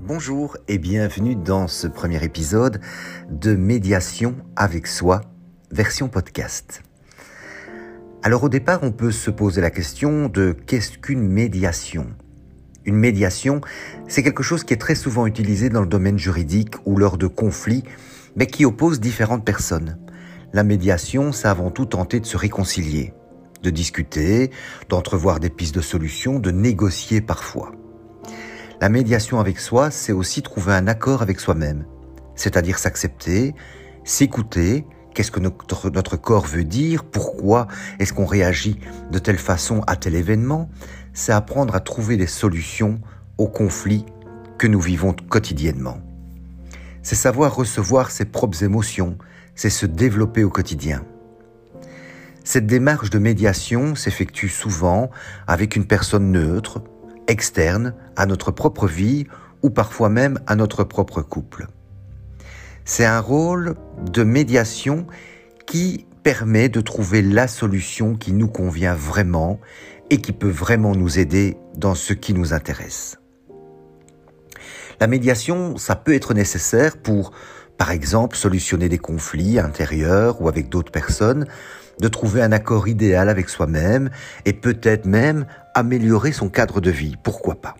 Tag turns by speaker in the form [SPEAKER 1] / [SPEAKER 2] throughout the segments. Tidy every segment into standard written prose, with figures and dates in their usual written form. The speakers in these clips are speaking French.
[SPEAKER 1] Bonjour et bienvenue dans ce premier épisode de Médiation avec soi, version podcast. Alors au départ, on peut se poser la question de qu'est-ce qu'une médiation ? Une médiation, c'est quelque chose qui est très souvent utilisé dans le domaine juridique ou lors de conflits, mais qui oppose différentes personnes. La médiation, c'est avant tout tenter de se réconcilier, de discuter, d'entrevoir des pistes de solutions, de négocier parfois. La médiation avec soi, c'est aussi trouver un accord avec soi-même, c'est-à-dire s'accepter, s'écouter, qu'est-ce que notre corps veut dire, pourquoi est-ce qu'on réagit de telle façon à tel événement, c'est apprendre à trouver des solutions aux conflits que nous vivons quotidiennement. C'est savoir recevoir ses propres émotions, c'est se développer au quotidien. Cette démarche de médiation s'effectue souvent avec une personne neutre, externe à notre propre vie ou parfois même à notre propre couple. C'est un rôle de médiation qui permet de trouver la solution qui nous convient vraiment et qui peut vraiment nous aider dans ce qui nous intéresse. La médiation, ça peut être nécessaire pour, par exemple, solutionner des conflits intérieurs ou avec d'autres personnes, de trouver un accord idéal avec soi-même et peut-être même améliorer son cadre de vie, pourquoi pas.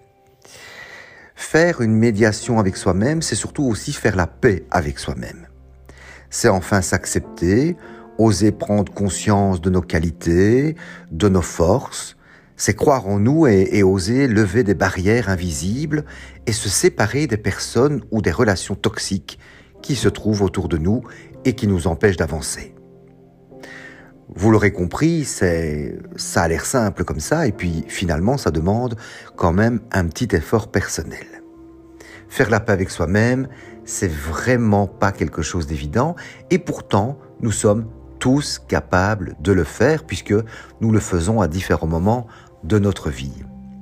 [SPEAKER 1] Faire une médiation avec soi-même, c'est surtout aussi faire la paix avec soi-même. C'est enfin s'accepter, oser prendre conscience de nos qualités, de nos forces, c'est croire en nous et oser lever des barrières invisibles et se séparer des personnes ou des relations toxiques qui se trouvent autour de nous et qui nous empêchent d'avancer. Vous l'aurez compris, ça a l'air simple comme ça, et puis finalement ça demande quand même un petit effort personnel. Faire la paix avec soi-même, c'est vraiment pas quelque chose d'évident, et pourtant nous sommes tous capables de le faire, puisque nous le faisons à différents moments de notre vie.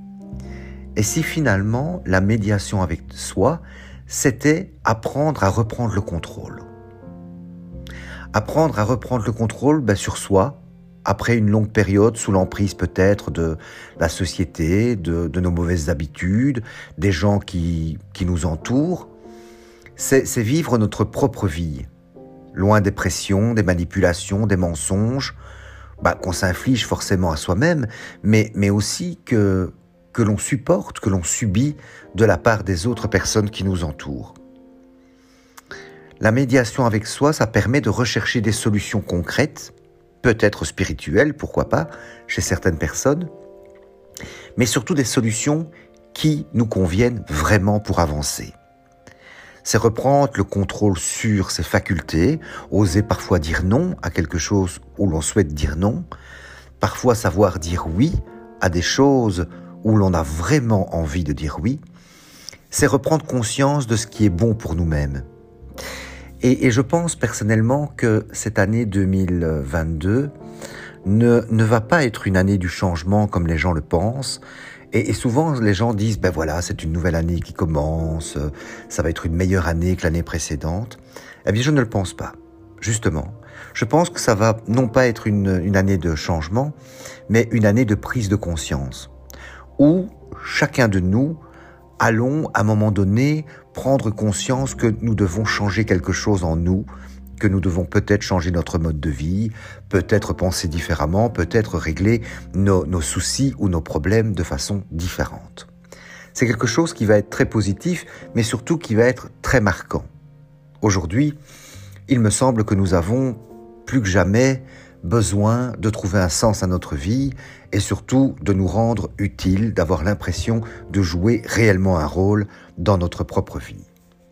[SPEAKER 1] Et si finalement la médiation avec soi, c'était apprendre à reprendre le contrôle. Apprendre à reprendre le contrôle sur soi, après une longue période sous l'emprise peut-être de la société, de nos mauvaises habitudes, des gens qui nous entourent, c'est vivre notre propre vie, loin des pressions, des manipulations, des mensonges, qu'on s'inflige forcément à soi-même, mais aussi que l'on supporte, que l'on subit de la part des autres personnes qui nous entourent. La médiation avec soi, ça permet de rechercher des solutions concrètes, peut-être spirituelles, pourquoi pas, chez certaines personnes, mais surtout des solutions qui nous conviennent vraiment pour avancer. C'est reprendre le contrôle sur ses facultés, oser parfois dire non à quelque chose où l'on souhaite dire non, parfois savoir dire oui à des choses où l'on a vraiment envie de dire oui. C'est reprendre conscience de ce qui est bon pour nous-mêmes. Et je pense personnellement que cette année 2022 ne va pas être une année du changement comme les gens le pensent. Et souvent les gens disent, voilà, c'est une nouvelle année qui commence, ça va être une meilleure année que l'année précédente. Eh bien, je ne le pense pas, justement. Je pense que ça va non pas être une année de changement, mais une année de prise de conscience, où chacun de nous allons, à un moment donné, prendre conscience que nous devons changer quelque chose en nous, que nous devons peut-être changer notre mode de vie, peut-être penser différemment, peut-être régler nos soucis ou nos problèmes de façon différente. C'est quelque chose qui va être très positif, mais surtout qui va être très marquant. Aujourd'hui, il me semble que nous avons plus que jamais besoin de trouver un sens à notre vie et surtout de nous rendre utiles, d'avoir l'impression de jouer réellement un rôle dans notre propre vie.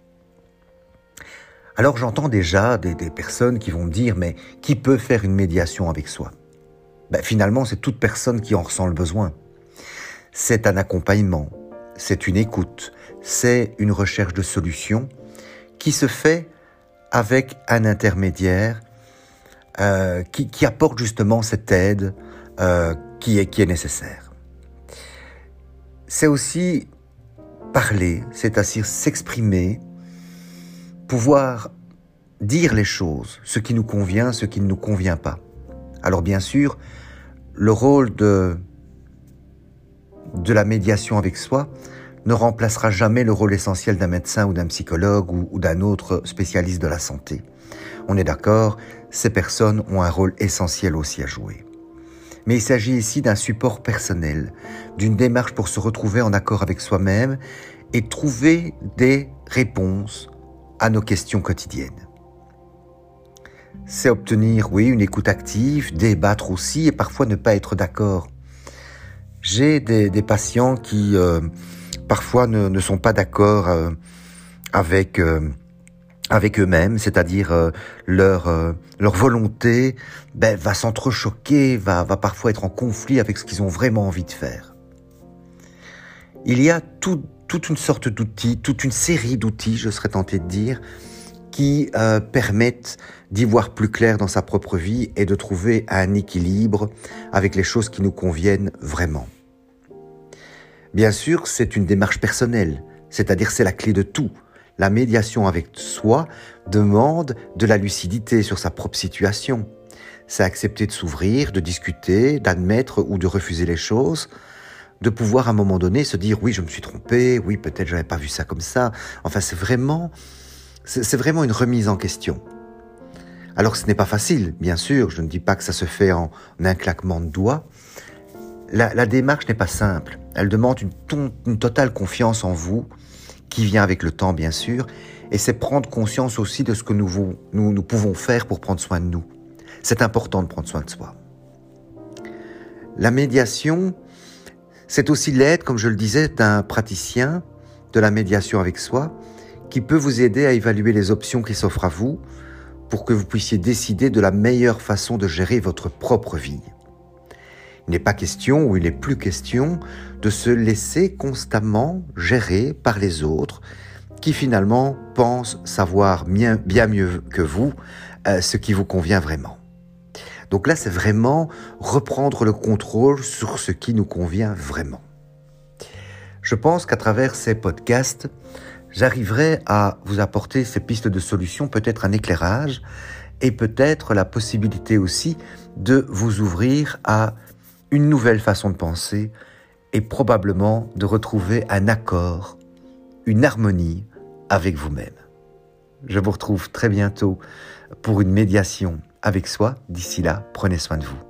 [SPEAKER 1] Alors j'entends déjà des personnes qui vont me dire « mais qui peut faire une médiation avec soi ?» Finalement, c'est toute personne qui en ressent le besoin. C'est un accompagnement, c'est une écoute, c'est une recherche de solutions qui se fait avec un intermédiaire qui apporte justement cette aide qui est nécessaire. C'est aussi parler, c'est-à-dire s'exprimer, pouvoir dire les choses, ce qui nous convient, ce qui ne nous convient pas. Alors bien sûr, le rôle de la médiation avec soi, ne remplacera jamais le rôle essentiel d'un médecin ou d'un psychologue ou d'un autre spécialiste de la santé. On est d'accord, ces personnes ont un rôle essentiel aussi à jouer. Mais il s'agit ici d'un support personnel, d'une démarche pour se retrouver en accord avec soi-même et trouver des réponses à nos questions quotidiennes. C'est obtenir, oui, une écoute active, débattre aussi et parfois ne pas être d'accord. J'ai des patients qui parfois ne sont pas d'accord avec eux-mêmes, c'est-à-dire leur volonté va s'entrechoquer, va parfois être en conflit avec ce qu'ils ont vraiment envie de faire. Il y a toute une sorte d'outils, toute une série d'outils, je serais tenté de dire, qui permettent d'y voir plus clair dans sa propre vie et de trouver un équilibre avec les choses qui nous conviennent vraiment. Bien sûr, c'est une démarche personnelle, c'est-à-dire c'est la clé de tout. La médiation avec soi demande de la lucidité sur sa propre situation. C'est accepter de s'ouvrir, de discuter, d'admettre ou de refuser les choses, de pouvoir à un moment donné se dire « oui, je me suis trompé, oui, peut-être je n'avais pas vu ça comme ça ». Enfin, c'est vraiment une remise en question. Alors ce n'est pas facile, bien sûr, je ne dis pas que ça se fait en un claquement de doigts. La démarche n'est pas simple, elle demande une totale confiance en vous, qui vient avec le temps bien sûr, et c'est prendre conscience aussi de ce que nous pouvons faire pour prendre soin de nous. C'est important de prendre soin de soi. La médiation, c'est aussi l'aide, comme je le disais, d'un praticien de la médiation avec soi, qui peut vous aider à évaluer les options qui s'offrent à vous pour que vous puissiez décider de la meilleure façon de gérer votre propre vie. Il n'est pas question, ou il n'est plus question, de se laisser constamment gérer par les autres qui finalement pensent savoir bien mieux que vous ce qui vous convient vraiment. Donc là, c'est vraiment reprendre le contrôle sur ce qui nous convient vraiment. Je pense qu'à travers ces podcasts, j'arriverai à vous apporter ces pistes de solutions, peut-être un éclairage et peut-être la possibilité aussi de vous ouvrir à une nouvelle façon de penser et probablement de retrouver un accord, une harmonie avec vous-même. Je vous retrouve très bientôt pour une médiation avec soi. D'ici là, prenez soin de vous.